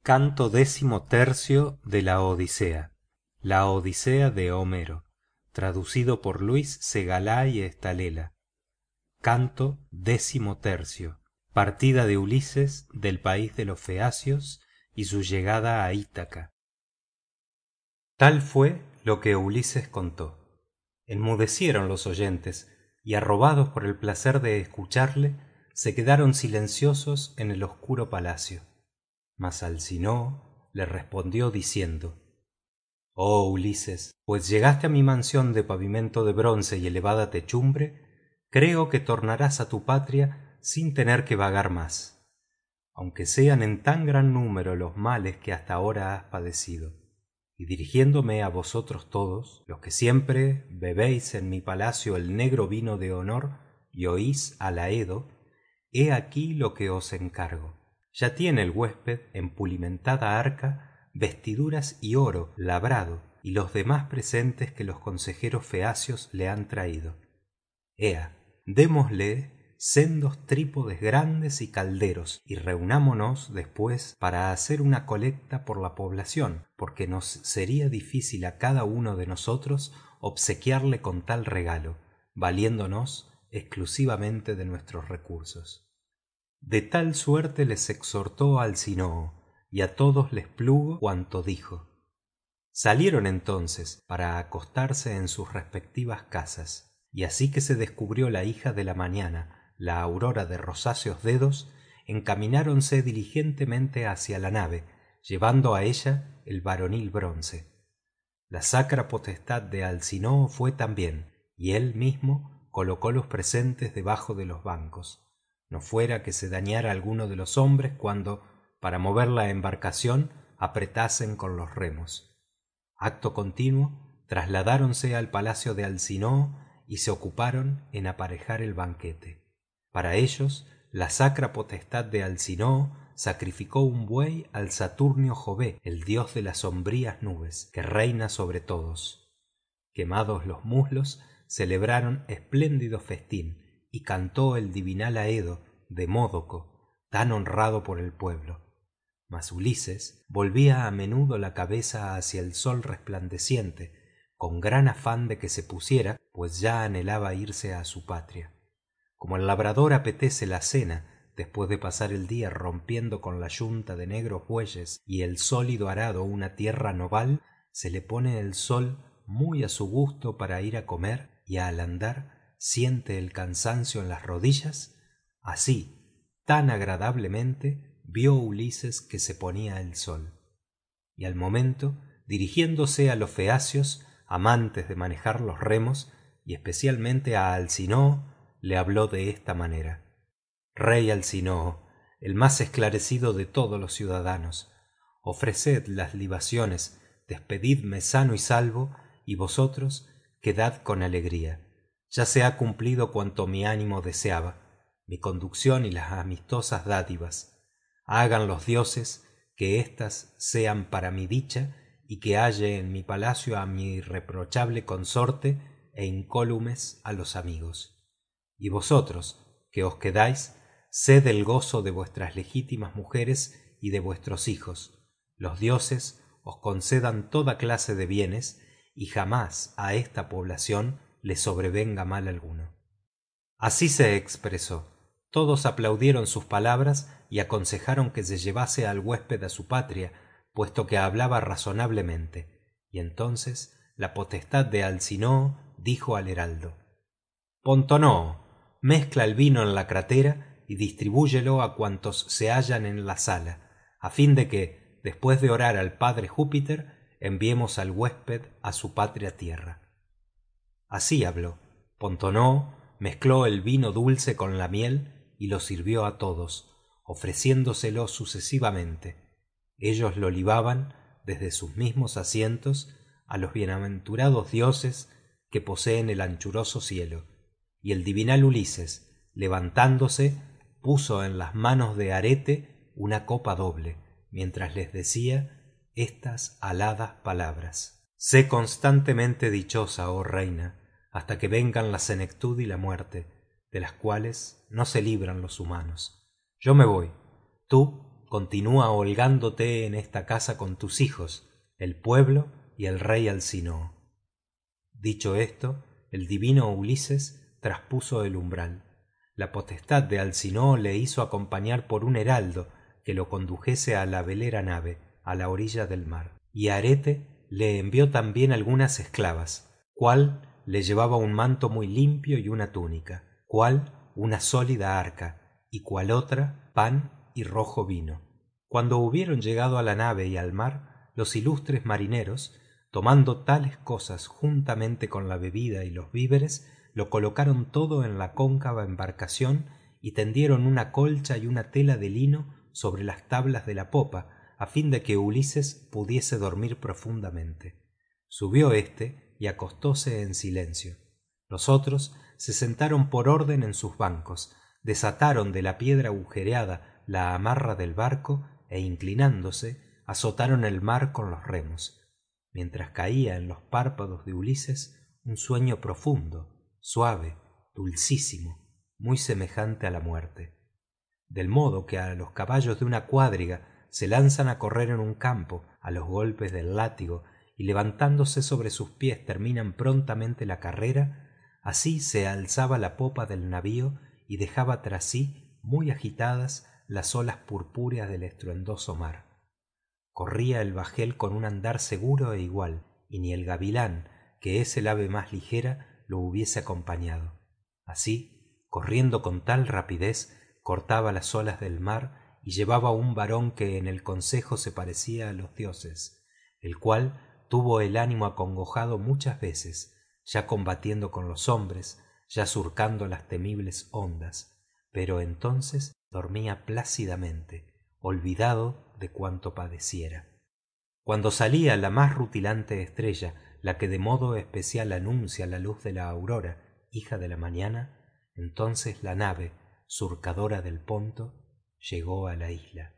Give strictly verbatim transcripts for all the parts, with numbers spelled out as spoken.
Canto decimotercio de la Odisea. La Odisea de Homero, traducido por Luis Segalay Estalela. Canto decimotercio. Partida de Ulises del país de los Feacios y su llegada a Ítaca. Tal fue lo que Ulises contó. Enmudecieron los oyentes y, arrobados por el placer de escucharle, se quedaron silenciosos en el oscuro palacio. Mas Alcinoo le respondió diciendo: «Oh Ulises, pues llegaste a mi mansión de pavimento de bronce y elevada techumbre, creo que tornarás a tu patria sin tener que vagar más, aunque sean en tan gran número los males que hasta ahora has padecido. Y dirigiéndome a vosotros todos, los que siempre bebéis en mi palacio el negro vino de honor y oís al Aedo, he aquí lo que os encargo. Ya tiene el huésped en pulimentada arca vestiduras y oro labrado y los demás presentes que los consejeros feacios le han traído. Ea, démosle sendos trípodes grandes y calderos y reunámonos después para hacer una colecta por la población, porque nos sería difícil a cada uno de nosotros obsequiarle con tal regalo, valiéndonos exclusivamente de nuestros recursos». De tal suerte les exhortó Alcinoo, y a todos les plugo cuanto dijo. Salieron entonces para acostarse en sus respectivas casas, y así que se descubrió la hija de la mañana, la aurora de rosáceos dedos, encamináronse diligentemente hacia la nave, llevando a ella el varonil bronce. La sacra potestad de Alcinoo fue también, y él mismo colocó los presentes debajo de los bancos. No fuera que se dañara alguno de los hombres cuando, para mover la embarcación, apretasen con los remos. Acto continuo, trasladáronse al palacio de Alcinoo y se ocuparon en aparejar el banquete. Para ellos, la sacra potestad de Alcinoo sacrificó un buey al Saturnio Jove, el dios de las sombrías nubes, que reina sobre todos. Quemados los muslos, celebraron espléndido festín, y cantó el divinal Aedo de Módoco, tan honrado por el pueblo. Mas Ulises volvía a menudo la cabeza hacia el sol resplandeciente, con gran afán de que se pusiera, pues ya anhelaba irse a su patria. Como el labrador apetece la cena después de pasar el día rompiendo con la yunta de negros bueyes y el sólido arado una tierra noval, se le pone el sol muy a su gusto para ir a comer, y al andar siente el cansancio en las rodillas, así, tan agradablemente, vio Ulises que se ponía el sol. Y al momento, dirigiéndose a los feacios, amantes de manejar los remos, y especialmente a Alcinoo, le habló de esta manera: «Rey Alcinoo, el más esclarecido de todos los ciudadanos, ofreced las libaciones, despedidme sano y salvo, y vosotros quedad con alegría. Ya se ha cumplido cuanto mi ánimo deseaba, mi conducción y las amistosas dádivas. Hagan los dioses que éstas sean para mi dicha y que halle en mi palacio a mi irreprochable consorte e incólumes a los amigos. Y vosotros, que os quedáis, sed el gozo de vuestras legítimas mujeres y de vuestros hijos. Los dioses os concedan toda clase de bienes y jamás a esta población le sobrevenga mal alguno». Así se expresó. Todos aplaudieron sus palabras y aconsejaron que se llevase al huésped a su patria, puesto que hablaba razonablemente. Y entonces la potestad de Alcinoo dijo al heraldo: «Pontonoo, mezcla el vino en la crátera y distribúyelo a cuantos se hallan en la sala, a fin de que, después de orar al padre Júpiter, enviemos al huésped a su patria tierra». Así habló. Pontonoo mezcló el vino dulce con la miel y lo sirvió a todos, ofreciéndoselo sucesivamente. Ellos lo libaban desde sus mismos asientos a los bienaventurados dioses que poseen el anchuroso cielo, y el divinal Ulises, levantándose, puso en las manos de Arete una copa doble, mientras les decía estas aladas palabras: «Sé constantemente dichosa, oh reina, hasta que vengan la senectud y la muerte, de las cuales no se libran los humanos. Yo me voy, tú continúa holgándote en esta casa con tus hijos, el pueblo y el rey Alcinoo. Dicho esto, el divino Ulises traspuso el umbral. La potestad de Alcinoo le hizo acompañar por un heraldo que lo condujese a la velera nave, a la orilla del mar. Y Arete le envió también algunas esclavas, cuál le llevaba un manto muy limpio y una túnica, cuál una sólida arca, y cuál otra pan y rojo vino. Cuando hubieron llegado a la nave y al mar, los ilustres marineros, tomando tales cosas juntamente con la bebida y los víveres, lo colocaron todo en la cóncava embarcación y tendieron una colcha y una tela de lino sobre las tablas de la popa, a fin de que Ulises pudiese dormir profundamente. Subió éste y acostóse en silencio. Los otros se sentaron por orden en sus bancos, desataron de la piedra agujereada la amarra del barco e inclinándose azotaron el mar con los remos, mientras caía en los párpados de Ulises un sueño profundo, suave, dulcísimo, muy semejante a la muerte. Del modo que a los caballos de una cuadriga se lanzan a correr en un campo a los golpes del látigo y levantándose sobre sus pies terminan prontamente la carrera, así se alzaba la popa del navío y dejaba tras sí muy agitadas las olas purpúreas del estruendoso mar. Corría el bajel con un andar seguro e igual, y ni el gavilán, que es el ave más ligera, lo hubiese acompañado. Así, corriendo con tal rapidez, cortaba las olas del mar y llevaba un varón que en el consejo se parecía a los dioses, el cual tuvo el ánimo acongojado muchas veces, ya combatiendo con los hombres, ya surcando las temibles ondas, pero entonces dormía plácidamente, olvidado de cuanto padeciera. Cuando salía la más rutilante estrella, la que de modo especial anuncia la luz de la aurora, hija de la mañana, entonces la nave, surcadora del Ponto, llegó a la isla.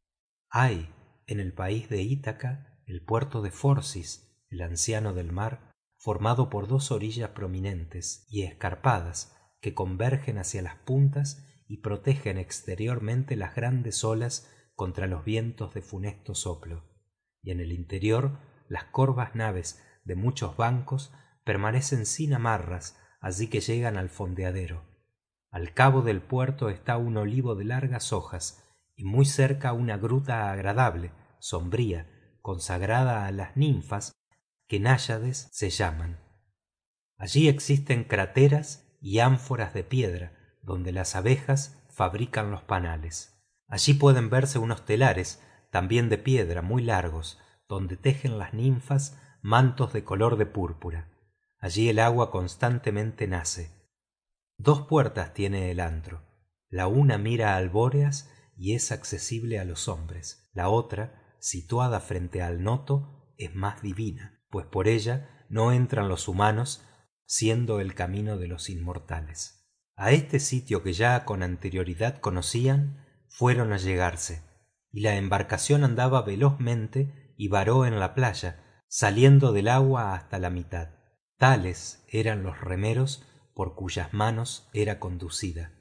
Hay en el país de Ítaca el puerto de Forcis, el anciano del mar, formado por dos orillas prominentes y escarpadas que convergen hacia las puntas y protegen exteriormente las grandes olas contra los vientos de funesto soplo, y en el interior las corvas naves de muchos bancos permanecen sin amarras así que llegan al fondeadero. Al cabo del puerto está un olivo de largas hojas y muy cerca una gruta agradable, sombría, consagrada a las ninfas que náyades se llaman. Allí existen crateras y ánforas de piedra donde las abejas fabrican los panales. Allí pueden verse unos telares, también de piedra, muy largos, donde tejen las ninfas mantos de color de púrpura. Allí el agua constantemente nace. Dos puertas tiene el antro. La una mira al Bóreas y es accesible a los hombres. La otra, situada frente al Noto, es más divina, pues por ella no entran los humanos, siendo el camino de los inmortales. A este sitio que ya con anterioridad conocían, fueron a llegarse, y la embarcación andaba velozmente y varó en la playa, saliendo del agua hasta la mitad. Tales eran los remeros por cuyas manos era conducida.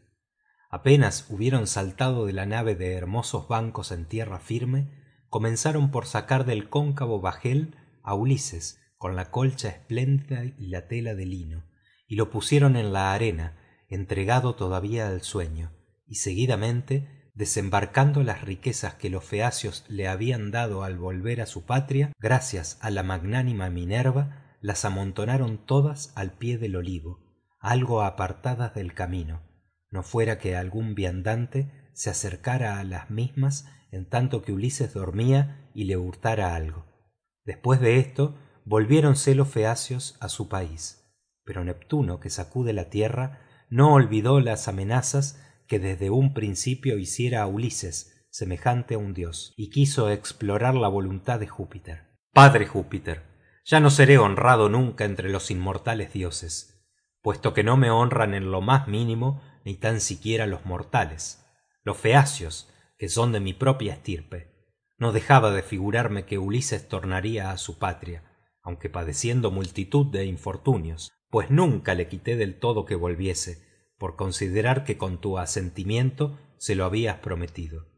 Apenas hubieron saltado de la nave de hermosos bancos en tierra firme, comenzaron por sacar del cóncavo bajel a Ulises con la colcha espléndida y la tela de lino, y lo pusieron en la arena, entregado todavía al sueño, y seguidamente, desembarcando las riquezas que los feacios le habían dado al volver a su patria, gracias a la magnánima Minerva, las amontonaron todas al pie del olivo, algo apartadas del camino, no fuera que algún viandante se acercara a las mismas en tanto que Ulises dormía y le hurtara algo. Después de esto volviéronse los feacios a su país, pero Neptuno, que sacude la tierra, no olvidó las amenazas que desde un principio hiciera a Ulises semejante a un dios, y quiso explorar la voluntad de Júpiter. Padre Júpiter, ya no seré honrado nunca entre los inmortales dioses, puesto que no me honran en lo más mínimo ni tan siquiera los mortales. Los feacios, que son de mi propia estirpe. No dejaba de figurarme que Ulises tornaría a su patria, aunque padeciendo multitud de infortunios, pues nunca le quité del todo que volviese, por considerar que con tu asentimiento se lo habías prometido.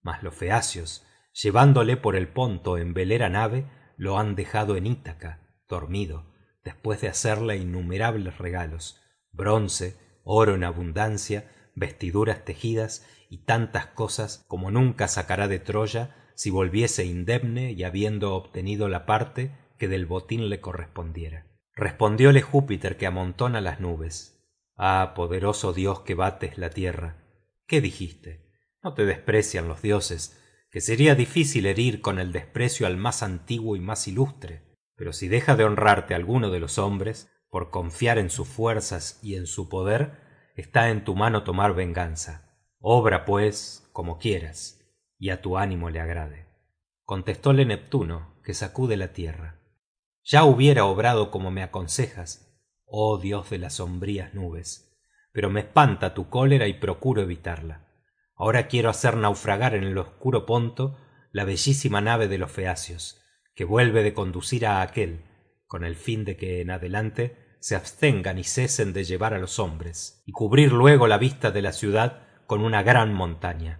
mas los feacios, llevándole por el ponto en velera nave, lo han dejado en Ítaca, dormido, después de hacerle innumerables regalos, bronce, oro en abundancia, vestiduras tejidas y tantas cosas como nunca sacará de Troya si volviese indemne y habiendo obtenido la parte que del botín le correspondiera. Respondióle Júpiter que amontona las nubes: ah, poderoso dios que bates la tierra, ¿qué dijiste? No te desprecian los dioses, que sería difícil herir con el desprecio al más antiguo y más ilustre. Pero si deja de honrarte alguno de los hombres, por confiar en sus fuerzas y en su poder, está en tu mano tomar venganza. Obra, pues, como quieras, y a tu ánimo le agrade. Contestóle Neptuno, que sacude la tierra: ya hubiera obrado como me aconsejas, oh dios de las sombrías nubes, pero me espanta tu cólera y procuro evitarla. Ahora quiero hacer naufragar en el oscuro Ponto la bellísima nave de los feacios, que vuelve de conducir a aquél, con el fin de que en adelante se abstengan y cesen de llevar a los hombres, y cubrir luego la vista de la ciudad con una gran montaña.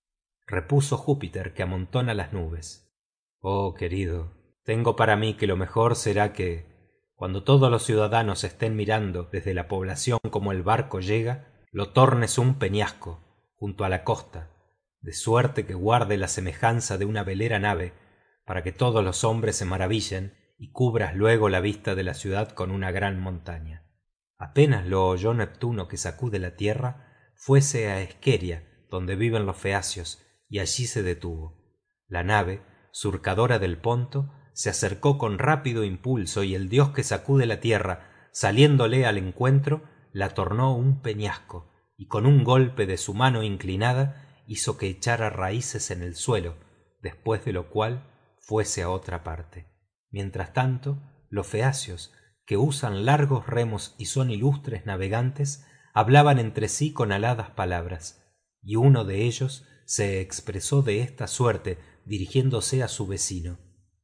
Repuso Júpiter, que amontona las nubes: oh querido, tengo para mí que lo mejor será que, cuando todos los ciudadanos estén mirando desde la población como el barco llega, lo tornes un peñasco junto a la costa, de suerte que guarde la semejanza de una velera nave, para que todos los hombres se maravillen, y cubras luego la vista de la ciudad con una gran montaña. Apenas lo oyó Neptuno, que sacude la tierra, fuese a Esqueria, donde viven los feacios, y allí se detuvo. La nave, surcadora del Ponto, se acercó con rápido impulso, y el dios que sacude la tierra, saliéndole al encuentro, la tornó un peñasco, y con un golpe de su mano inclinada hizo que echara raíces en el suelo, después de lo cual fuese a otra parte. Mientras tanto, los feacios, que usan largos remos y son ilustres navegantes, hablaban entre sí con aladas palabras, y uno de ellos se expresó de esta suerte, dirigiéndose a su vecino: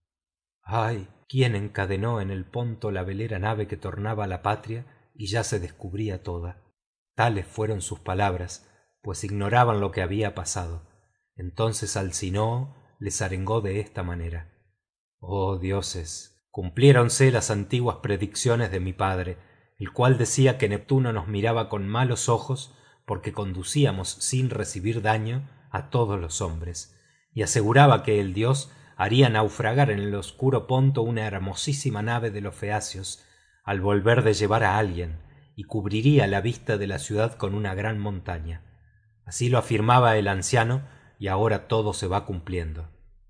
ay, quién encadenó en el Ponto la velera nave que tornaba a la patria y ya se descubría toda. Tales fueron sus palabras, pues ignoraban lo que había pasado. Entonces Alcinoo les arengó de esta manera: oh dioses, cumpliéronse las antiguas predicciones de mi padre, el cual decía que Neptuno nos miraba con malos ojos porque conducíamos sin recibir daño a todos los hombres, y aseguraba que el dios haría naufragar en el oscuro Ponto una hermosísima nave de los feacios al volver de llevar a alguien, y cubriría la vista de la ciudad con una gran montaña. Así lo afirmaba el anciano, y ahora todo se va cumpliendo.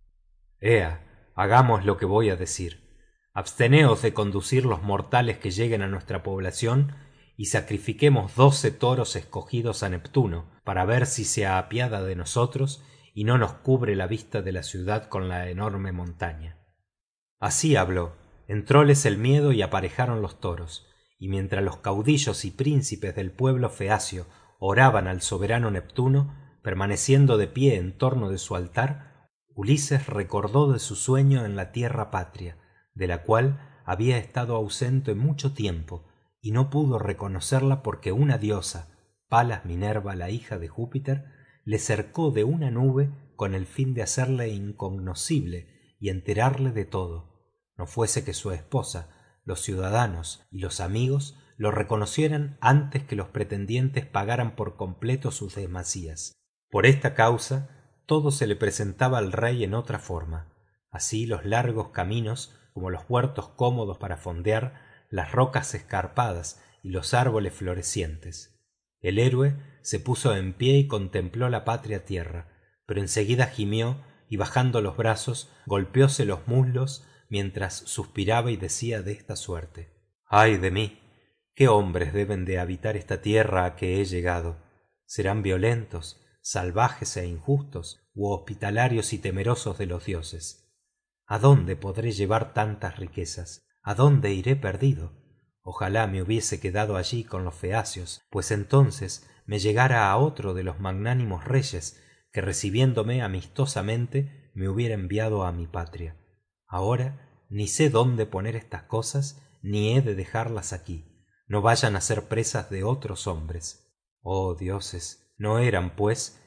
Ea, hagamos lo que voy a decir. Absteneos de conducir los mortales que lleguen a nuestra población, y sacrifiquemos doce toros escogidos a Neptuno, para ver si se apiada de nosotros y no nos cubre la vista de la ciudad con la enorme montaña. Así habló, entróles el miedo y aparejaron los toros, y mientras los caudillos y príncipes del pueblo feacio oraban al soberano Neptuno, permaneciendo de pie en torno de su altar, Ulises recordó de su sueño en la tierra patria, de la cual había estado ausente mucho tiempo, y no pudo reconocerla porque una diosa, Palas Minerva, la hija de Júpiter, le cercó de una nube con el fin de hacerle incognoscible y enterarle de todo, no fuese que su esposa, los ciudadanos y los amigos lo reconocieran antes que los pretendientes pagaran por completo sus demasías. Por esta causa todo se le presentaba al rey en otra forma, así los largos caminos como los huertos cómodos para fondear, las rocas escarpadas y los árboles florecientes. El héroe se puso en pie y contempló la patria tierra, pero enseguida gimió y bajando los brazos golpeóse los muslos mientras suspiraba y decía de esta suerte: ay de mí, qué hombres deben de habitar esta tierra a que he llegado. Serán violentos, salvajes e injustos, u hospitalarios y temerosos de los dioses. ¿A dónde podré llevar tantas riquezas? ¿A dónde iré perdido? Ojalá me hubiese quedado allí con los feacios, pues entonces me llegara a otro de los magnánimos reyes, que recibiéndome amistosamente me hubiera enviado a mi patria. Ahora ni sé dónde poner estas cosas, ni he de dejarlas aquí, no vayan a ser presas de otros hombres. Oh dioses, ¿no eran, pues,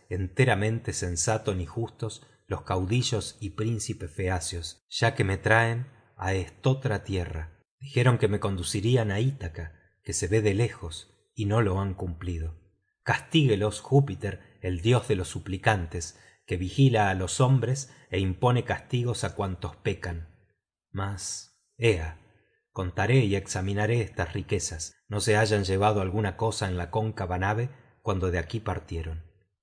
enteramente sensato ni justos los caudillos y príncipes feacios, ya que me traen a estotra tierra. Dijeron que me conducirían a Ítaca, que se ve de lejos, y no lo han cumplido. Castíguelos Júpiter, el dios de los suplicantes, que vigila a los hombres e impone castigos a cuantos pecan. Mas, ea, contaré y examinaré estas riquezas, no se hayan llevado alguna cosa en la cóncava nave cuando de aquí partieron.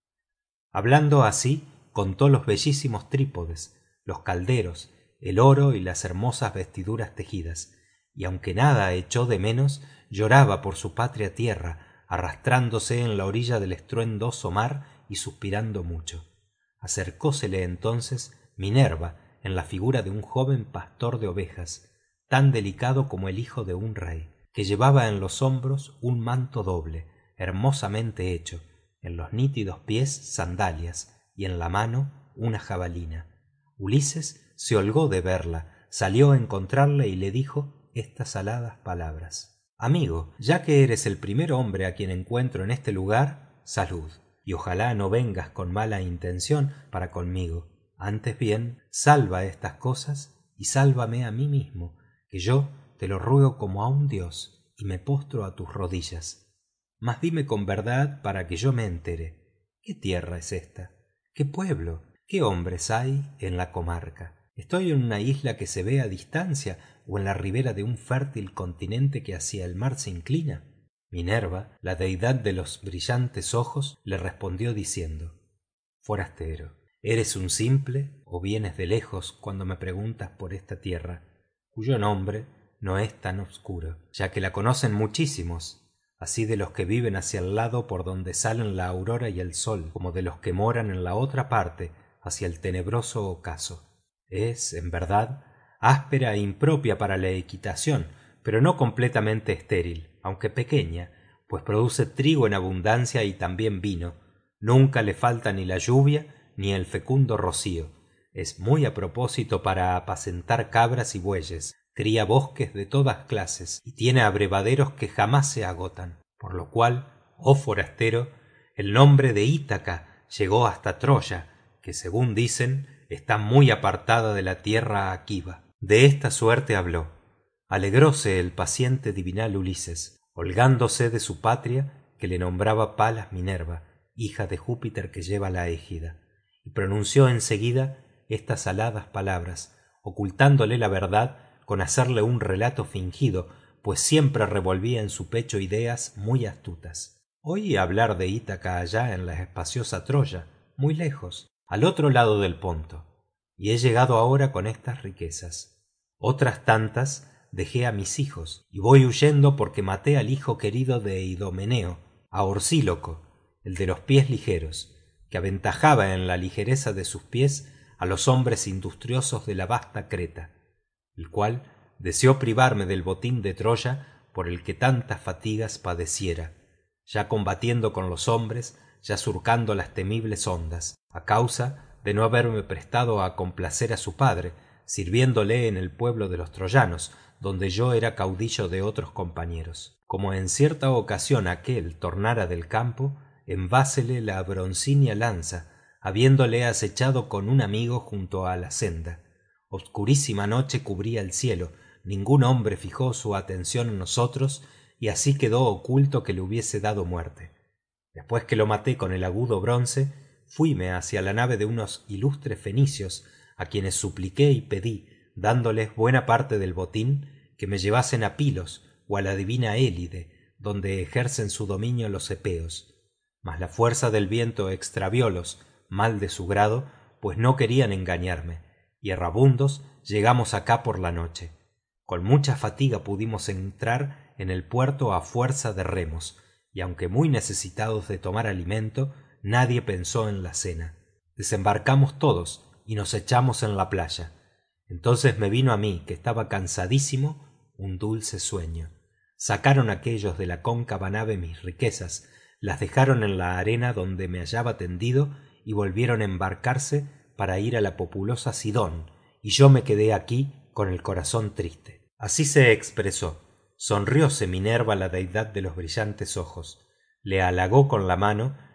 Hablando así, contó los bellísimos trípodes, los calderos, el oro y las hermosas vestiduras tejidas, y aunque nada echó de menos, lloraba por su patria tierra, arrastrándose en la orilla del estruendoso mar y suspirando mucho. Acercósele entonces Minerva en la figura de un joven pastor de ovejas, tan delicado como el hijo de un rey, que llevaba en los hombros un manto doble, hermosamente hecho, en los nítidos pies sandalias y en la mano una jabalina. Ulises se holgó de verla, salió a encontrarle y le dijo estas aladas palabras: Amigo, ya que eres el primer hombre a quien encuentro en este lugar, salud, y ojalá no vengas con mala intención para conmigo. Antes bien, salva estas cosas y sálvame a mí mismo, que yo te lo ruego como a un dios y me postro a tus rodillas. Mas dime con verdad para que yo me entere, ¿qué tierra es esta? ¿Qué pueblo? ¿Qué hombres hay en la comarca? ¿Estoy en una isla que se ve a distancia o en la ribera de un fértil continente que hacia el mar se inclina? Minerva, la deidad de los brillantes ojos, le respondió diciendo: Forastero, ¿eres un simple o vienes de lejos cuando me preguntas por esta tierra, cuyo nombre no es tan obscuro, ya que la conocen muchísimos, así de los que viven hacia el lado por donde salen la aurora y el sol, como de los que moran en la otra parte hacia el tenebroso ocaso? Es, en verdad, áspera e impropia para la equitación, pero no completamente estéril, aunque pequeña, pues produce trigo en abundancia y también vino. Nunca le falta ni la lluvia ni el fecundo rocío. Es muy a propósito para apacentar cabras y bueyes, cría bosques de todas clases y tiene abrevaderos que jamás se agotan, por lo cual, oh forastero, el nombre de Ítaca llegó hasta Troya, que según dicen está muy apartada de la tierra aquiva. De esta suerte habló. Alegróse el paciente divinal Ulises, holgándose de su patria que le nombraba Palas Minerva, hija de Júpiter que lleva la égida, y pronunció enseguida estas aladas palabras, ocultándole la verdad con hacerle un relato fingido, pues siempre revolvía en su pecho ideas muy astutas. Oí hablar de Ítaca allá en la espaciosa Troya, muy lejos, al otro lado del Ponto, y he llegado ahora con estas riquezas. Otras tantas dejé a mis hijos, y voy huyendo porque maté al hijo querido de Idomeneo, a Orsíloco, el de los pies ligeros, que aventajaba en la ligereza de sus pies a los hombres industriosos de la vasta Creta, el cual deseó privarme del botín de Troya por el que tantas fatigas padeciera, ya combatiendo con los hombres, ya surcando las temibles ondas, a causa de no haberme prestado a complacer a su padre, sirviéndole en el pueblo de los troyanos, donde yo era caudillo de otros compañeros. Como en cierta ocasión aquél tornara del campo, envásele la broncínea lanza, habiéndole acechado con un amigo junto a la senda. Obscurísima noche cubría el cielo, ningún hombre fijó su atención en nosotros, y así quedó oculto que le hubiese dado muerte. Después que lo maté con el agudo bronce, fuime hacia la nave de unos ilustres fenicios, a quienes supliqué y pedí, dándoles buena parte del botín, que me llevasen a Pilos o a la divina Élide, donde ejercen su dominio los epeos. Mas la fuerza del viento extraviólos, mal de su grado, pues no querían engañarme, y errabundos llegamos acá por la noche. Con mucha fatiga pudimos entrar en el puerto a fuerza de remos, y aunque muy necesitados de tomar alimento, nadie pensó en la cena. Desembarcamos todos y nos echamos en la playa. Entonces me vino a mí, que estaba cansadísimo, un dulce sueño. Sacaron aquellos de la cóncava nave mis riquezas, las dejaron en la arena donde me hallaba tendido y volvieron a embarcarse para ir a la populosa Sidón, y yo me quedé aquí con el corazón triste. Así se expresó. Sonrióse Minerva, la deidad de los brillantes ojos, le halagó con la mano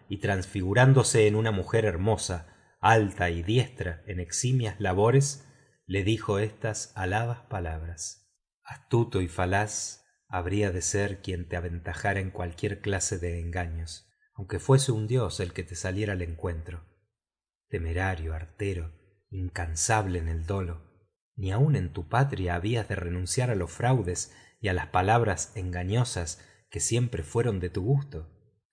y transfigurándose en una mujer hermosa, alta y diestra en eximias labores, le dijo estas aladas palabras: astuto y falaz habría de ser quien te aventajara en cualquier clase de engaños, aunque fuese un dios el que te saliera al encuentro. Temerario, artero, incansable en el dolo, ni aun en tu patria habías de renunciar a los fraudes y a las palabras engañosas que siempre fueron de tu gusto.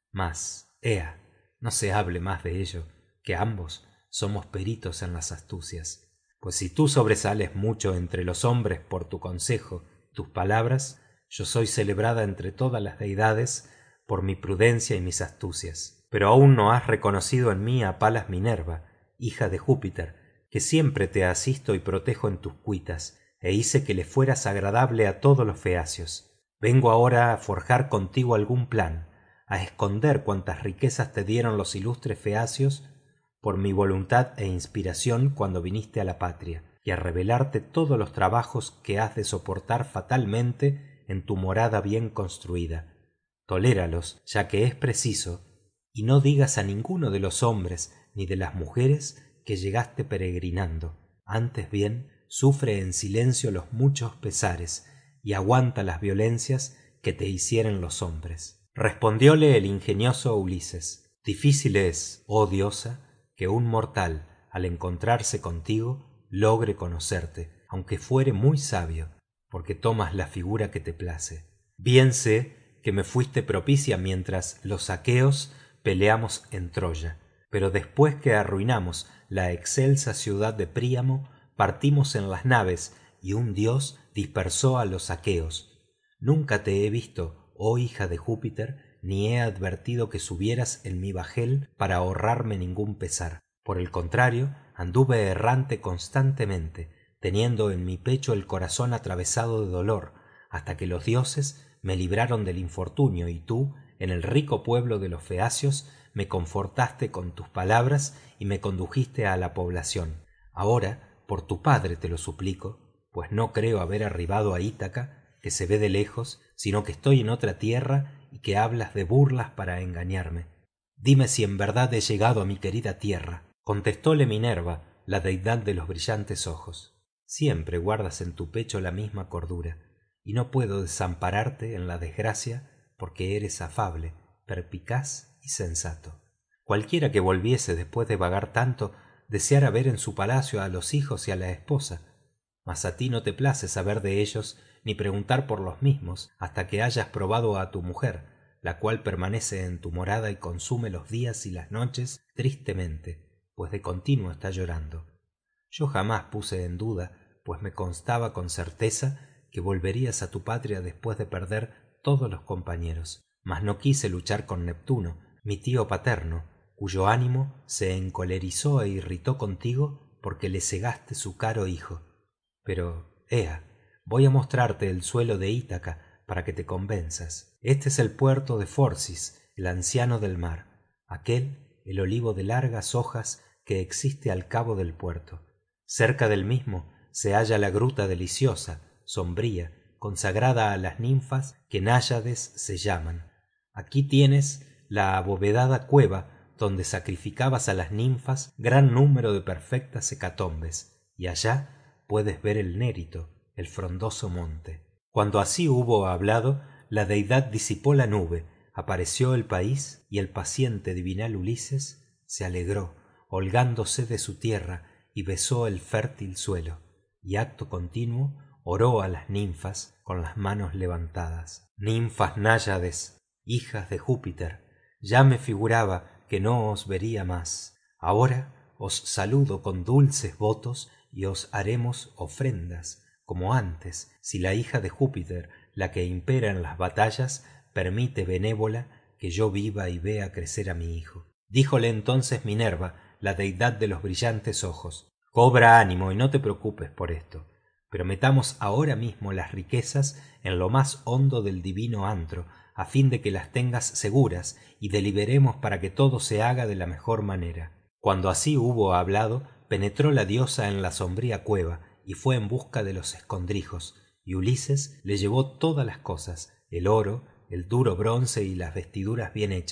Mas, ea, no se hable más de ello, que ambos somos peritos en las astucias. Pues si tú sobresales mucho entre los hombres por tu consejo y tus palabras, yo soy celebrada entre todas las deidades por mi prudencia y mis astucias. Pero aún no has reconocido en mí a Palas Minerva, hija de Júpiter, que siempre te asisto y protejo en tus cuitas, e hice que le fueras agradable a todos los feacios. Vengo ahora a forjar contigo algún plan, a esconder cuantas riquezas te dieron los ilustres feacios por mi voluntad e inspiración cuando viniste a la patria, y a revelarte todos los trabajos que has de soportar fatalmente en tu morada bien construida. Toléralos, ya que es preciso, y no digas a ninguno de los hombres ni de las mujeres que llegaste peregrinando. Antes bien, sufre en silencio los muchos pesares y aguanta las violencias que te hicieren los hombres. Respondióle el ingenioso Ulises: difícil es, oh diosa, que un mortal, al encontrarse contigo, logre conocerte, aunque fuere muy sabio, porque tomas la figura que te place. Bien sé que me fuiste propicia mientras los aqueos peleamos en Troya, pero después que arruinamos la excelsa ciudad de Príamo, partimos en las naves y un dios dispersó a los aqueos. Nunca te he visto, oh hija de Júpiter, ni he advertido que subieras en mi bajel para ahorrarme ningún pesar. Por el contrario, anduve errante constantemente, teniendo en mi pecho el corazón atravesado de dolor, hasta que los dioses me libraron del infortunio y tú, en el rico pueblo de los feacios, me confortaste con tus palabras y me condujiste a la población. Ahora, por tu padre te lo suplico, pues no creo haber arribado a Ítaca, que se ve de lejos, sino que estoy en otra tierra y que hablas de burlas para engañarme. Dime si en verdad he llegado a mi querida tierra. Contestóle Minerva, la deidad de los brillantes ojos: siempre guardas en tu pecho la misma cordura, y no puedo desampararte en la desgracia porque eres afable, perspicaz y sensato. Cualquiera que volviese después de vagar tanto deseara ver en su palacio a los hijos y a la esposa, mas a ti no te place saber de ellos ni preguntar por los mismos hasta que hayas probado a tu mujer, la cual permanece en tu morada y consume los días y las noches tristemente, pues de continuo está llorando. Yo jamás puse en duda, pues me constaba con certeza que volverías a tu patria después de perder todos los compañeros, mas no quise luchar con Neptuno, mi tío paterno, cuyo ánimo se encolerizó e irritó contigo porque le cegaste su caro hijo. Pero, ea, voy a mostrarte el suelo de Ítaca para que te convenzas. Este es el puerto de Forcis, el anciano del mar, aquel el olivo de largas hojas que existe al cabo del puerto. Cerca del mismo se halla la gruta deliciosa, sombría, consagrada a las ninfas que náyades se llaman. Aquí tienes la abovedada cueva donde sacrificabas a las ninfas gran número de perfectas hecatombes, y allá puedes ver el Nérito, el frondoso monte. Cuando así hubo hablado, la deidad disipó la nube, apareció el país, y el paciente divinal Ulises se alegró, holgándose de su tierra, y besó el fértil suelo, y acto continuo oró a las ninfas con las manos levantadas. Ninfas náyades, hijas de Júpiter, ya me figuraba que no os vería más. Ahora os saludo con dulces votos y os haremos ofrendas, como antes, si la hija de Júpiter, la que impera en las batallas, permite benévola que yo viva y vea crecer a mi hijo. Díjole entonces Minerva, la deidad de los brillantes ojos: cobra ánimo y no te preocupes por esto, pero metamos ahora mismo las riquezas en lo más hondo del divino antro, a fin de que las tengas seguras, y deliberemos para que todo se haga de la mejor manera. Cuando así hubo hablado, penetró la diosa en la sombría cueva, y fue en busca de los escondrijos, y Ulises le llevó todas las cosas, el oro, el duro bronce y las vestiduras bien hechas,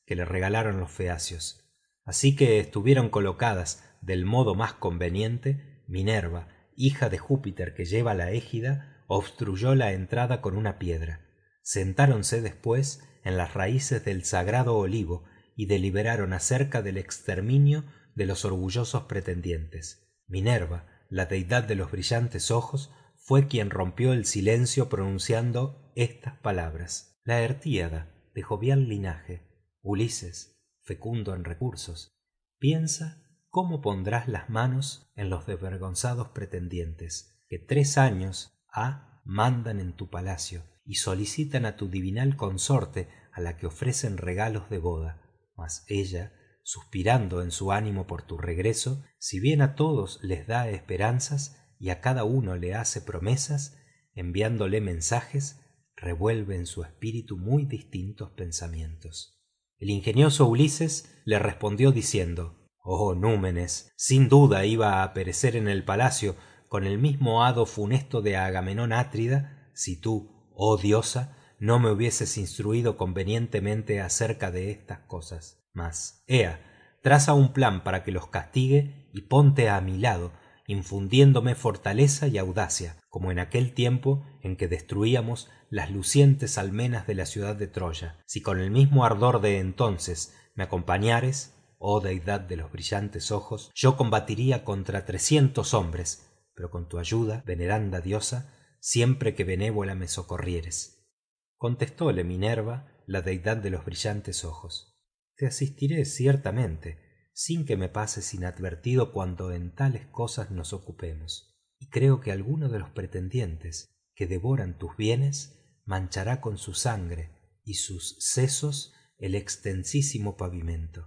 que le regalaron los feacios. Así que estuvieron colocadas del modo más conveniente. Minerva, hija de Júpiter que lleva la égida, obstruyó la entrada con una piedra. Sentáronse después en las raíces del sagrado olivo y deliberaron acerca del exterminio de los orgullosos pretendientes. Minerva, la deidad de los brillantes ojos, fue quien rompió el silencio pronunciando estas palabras: Laertíada, de jovial linaje, Ulises, fecundo en recursos, piensa cómo pondrás las manos en los desvergonzados pretendientes, que tres años ha mandan en tu palacio y solicitan a tu divinal consorte, a la que ofrecen regalos de boda. Mas ella, suspirando en su ánimo por tu regreso, si bien a todos les da esperanzas y a cada uno le hace promesas, enviándole mensajes, revuelve en su espíritu muy distintos pensamientos. El ingenioso Ulises le respondió diciendo: Oh Númenes, sin duda iba a perecer en el palacio con el mismo hado funesto de Agamenón Atrida, si tú, oh diosa, no me hubieses instruido convenientemente acerca de estas cosas. Mas, ea, traza un plan para que los castigue y ponte a mi lado, infundiéndome fortaleza y audacia, como en aquel tiempo en que destruíamos las lucientes almenas de la ciudad de Troya. Si con el mismo ardor de entonces me acompañares, oh deidad de los brillantes ojos, yo combatiría contra trescientos hombres, pero con tu ayuda, veneranda diosa, siempre que benévola me socorrieres. Contestóle Minerva, la deidad de los brillantes ojos: Te asistiré ciertamente, sin que me pases inadvertido cuando en tales cosas nos ocupemos, y creo que alguno de los pretendientes que devoran tus bienes manchará con su sangre y sus sesos el extensísimo pavimento.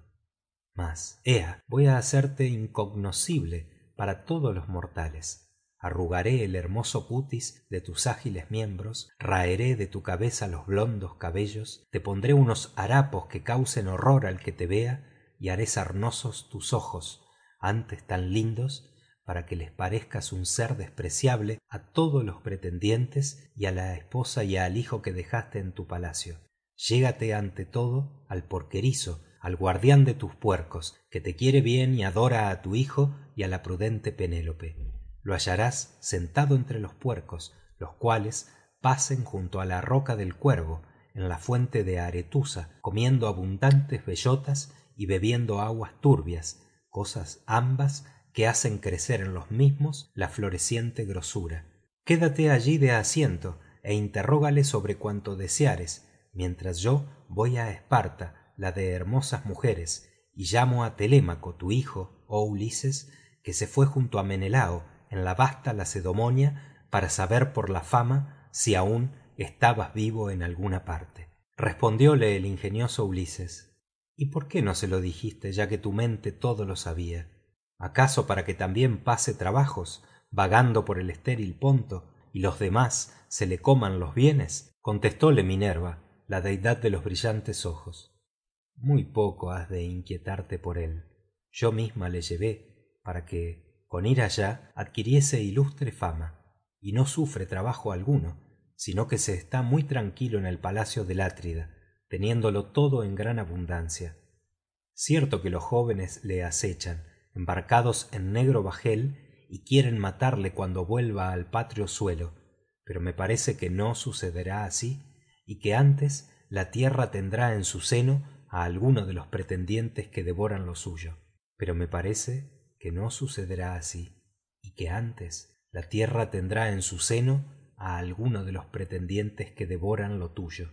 Mas, ea, voy a hacerte incognoscible para todos los mortales. Arrugaré el hermoso cutis de tus ágiles miembros, raeré de tu cabeza los blondos cabellos, te pondré unos harapos que causen horror al que te vea, y haré sarnosos tus ojos, antes tan lindos, para que les parezcas un ser despreciable a todos los pretendientes y a la esposa y al hijo que dejaste en tu palacio. Llégate ante todo al porquerizo, al guardián de tus puercos, que te quiere bien y adora a tu hijo y a la prudente Penélope. Lo hallarás sentado entre los puercos, los cuales pacen junto a la roca del Cuervo, en la fuente de Aretusa, comiendo abundantes bellotas y bebiendo aguas turbias, cosas ambas que hacen crecer en los mismos la floreciente grosura. Quédate allí de asiento e interrógale sobre cuanto deseares, mientras yo voy a Esparta, la de hermosas mujeres, y llamo a Telémaco, tu hijo, oh Ulises, que se fue junto a Menelao en la vasta Lacedemonia, para saber por la fama si aún estabas vivo en alguna parte. Respondióle el ingenioso Ulises: ¿Y por qué no se lo dijiste, ya que tu mente todo lo sabía? ¿Acaso para que también pase trabajos, vagando por el estéril Ponto, y los demás se le coman los bienes? Contestóle Minerva, la deidad de los brillantes ojos: Muy poco has de inquietarte por él. Yo misma le llevé para que, con ir allá, adquiriese ilustre fama, y no sufre trabajo alguno, sino que se está muy tranquilo en el palacio del Atrida, teniéndolo todo en gran abundancia. Cierto que los jóvenes le acechan, embarcados en negro bajel, y quieren matarle cuando vuelva al patrio suelo, pero me parece que no sucederá así, y que antes la tierra tendrá en su seno a alguno de los pretendientes que devoran lo suyo. Pero me parece que no sucederá así, y que antes la tierra tendrá en su seno a alguno de los pretendientes que devoran lo tuyo.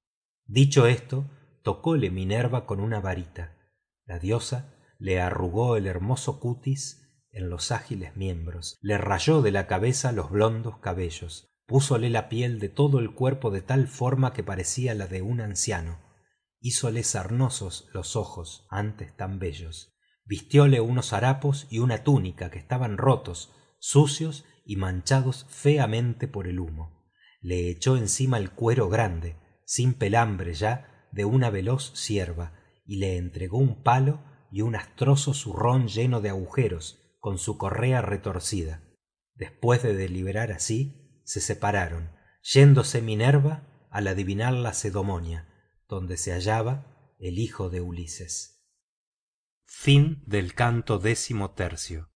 Dicho esto, tocóle Minerva con una varita. La diosa le arrugó el hermoso cutis en los ágiles miembros, le rayó de la cabeza los blondos cabellos, púsole la piel de todo el cuerpo de tal forma que parecía la de un anciano, hízole sarnosos los ojos, antes tan bellos, vistióle unos harapos y una túnica que estaban rotos, sucios y manchados feamente por el humo. Le echó encima el cuero grande, sin pelambre ya, de una veloz cierva, y le entregó un palo y un astroso zurrón lleno de agujeros, con su correa retorcida. Después de deliberar así, se separaron, yéndose Minerva a la divinal Lacedemonia, donde se hallaba, el hijo de ulises canto